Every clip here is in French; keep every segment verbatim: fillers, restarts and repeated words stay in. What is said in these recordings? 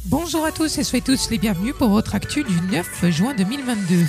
Bonjour à tous et soyez tous les bienvenus pour votre actu du neuf juin deux mille vingt-deux.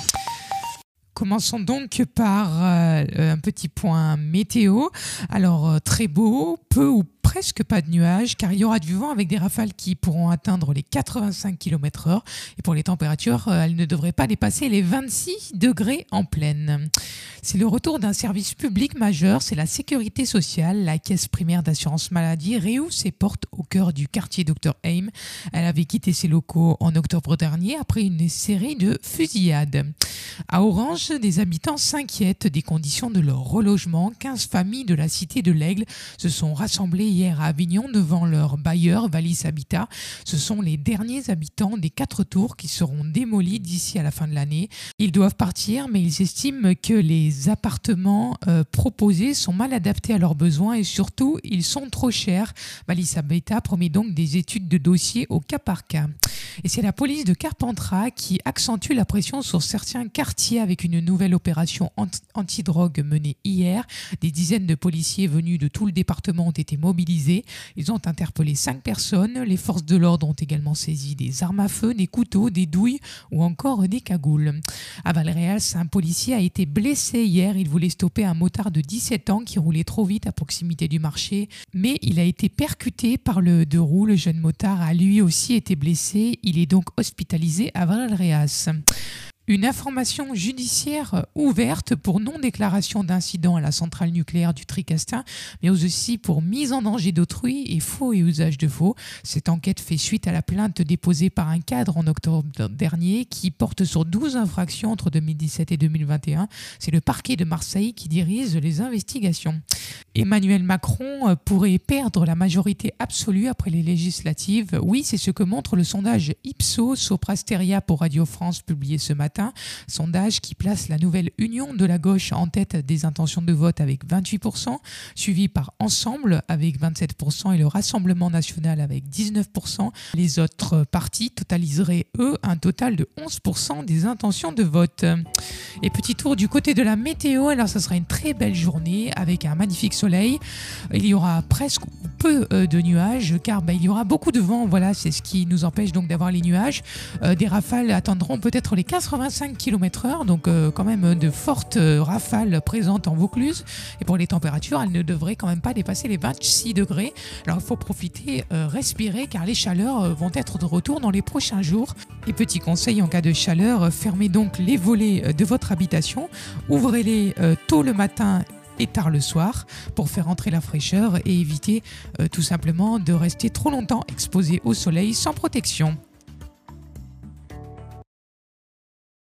Commençons donc par euh, un petit point météo. Alors euh, très beau, peu ou presque pas de nuages car il y aura du vent avec des rafales qui pourront atteindre les quatre-vingt-cinq kilomètres heure et pour les températures, euh, elles ne devraient pas dépasser les vingt-six degrés en pleine. C'est le retour d'un service public majeur, c'est la sécurité sociale. La caisse primaire d'assurance maladie réouvre ses portes au cœur du quartier Docteur Haim. Elle avait quitté ses locaux en octobre dernier après une série de fusillades. À Orange, des habitants s'inquiètent des conditions de leur relogement. quinze familles de la cité de l'Aigle se sont rassemblées hier à Avignon devant leur bailleur Valis Habitat. Ce sont les derniers habitants des quatre tours qui seront démolis d'ici à la fin de l'année. Ils doivent partir, mais ils estiment que les appartements euh, proposés sont mal adaptés à leurs besoins et surtout, ils sont trop chers. Valis Habitat promet donc des études de dossier au cas par cas. Et c'est la police de Carpentras qui accentue la pression sur certains quartiers avec une nouvelle opération anti-drogue menée hier. Des dizaines de policiers venus de tout le département ont été mobilisés. Ils ont interpellé cinq personnes. Les forces de l'ordre ont également saisi des armes à feu, des couteaux, des douilles ou encore des cagoules. À Valréas, un policier a été blessé hier. Il voulait stopper un motard de dix-sept ans qui roulait trop vite à proximité du marché. Mais il a été percuté par le deux roues. Le jeune motard a lui aussi été blessé. Il est donc hospitalisé à Valréas. Une information judiciaire ouverte pour non-déclaration d'incident à la centrale nucléaire du Tricastin, mais aussi pour mise en danger d'autrui et faux et usage de faux. Cette enquête fait suite à la plainte déposée par un cadre en octobre dernier qui porte sur douze infractions entre deux mille dix-sept et deux mille vingt et un. C'est le parquet de Marseille qui dirige les investigations. Emmanuel Macron pourrait perdre la majorité absolue après les législatives. Oui, c'est ce que montre le sondage Ipsos Soprasteria pour Radio France publié ce matin. Sondage qui place la nouvelle Union de la gauche en tête des intentions de vote avec vingt-huit pour cent, suivi par Ensemble avec vingt-sept pour cent et le Rassemblement national avec dix-neuf pour cent. Les autres partis totaliseraient, eux, un total de onze pour cent des intentions de vote. Et petit tour du côté de la météo, alors ça sera une très belle journée avec un magnifique soleil. Il y aura presque peu euh, de nuages car bah, il y aura beaucoup de vent, voilà, c'est ce qui nous empêche donc d'avoir les nuages. Euh, des rafales atteindront peut-être les quatre-vingt-cinq kilomètres heure, donc euh, quand même de fortes euh, rafales présentes en Vaucluse. Et pour les températures, elles ne devraient quand même pas dépasser les vingt-six degrés. Alors il faut profiter, euh, respirer car les chaleurs euh, vont être de retour dans les prochains jours. Et petit conseil en cas de chaleur, euh, fermez donc les volets euh, de votre habitation, ouvrez-les euh, tôt le matin et tard le soir pour faire entrer la fraîcheur et éviter euh, tout simplement de rester trop longtemps exposé au soleil sans protection.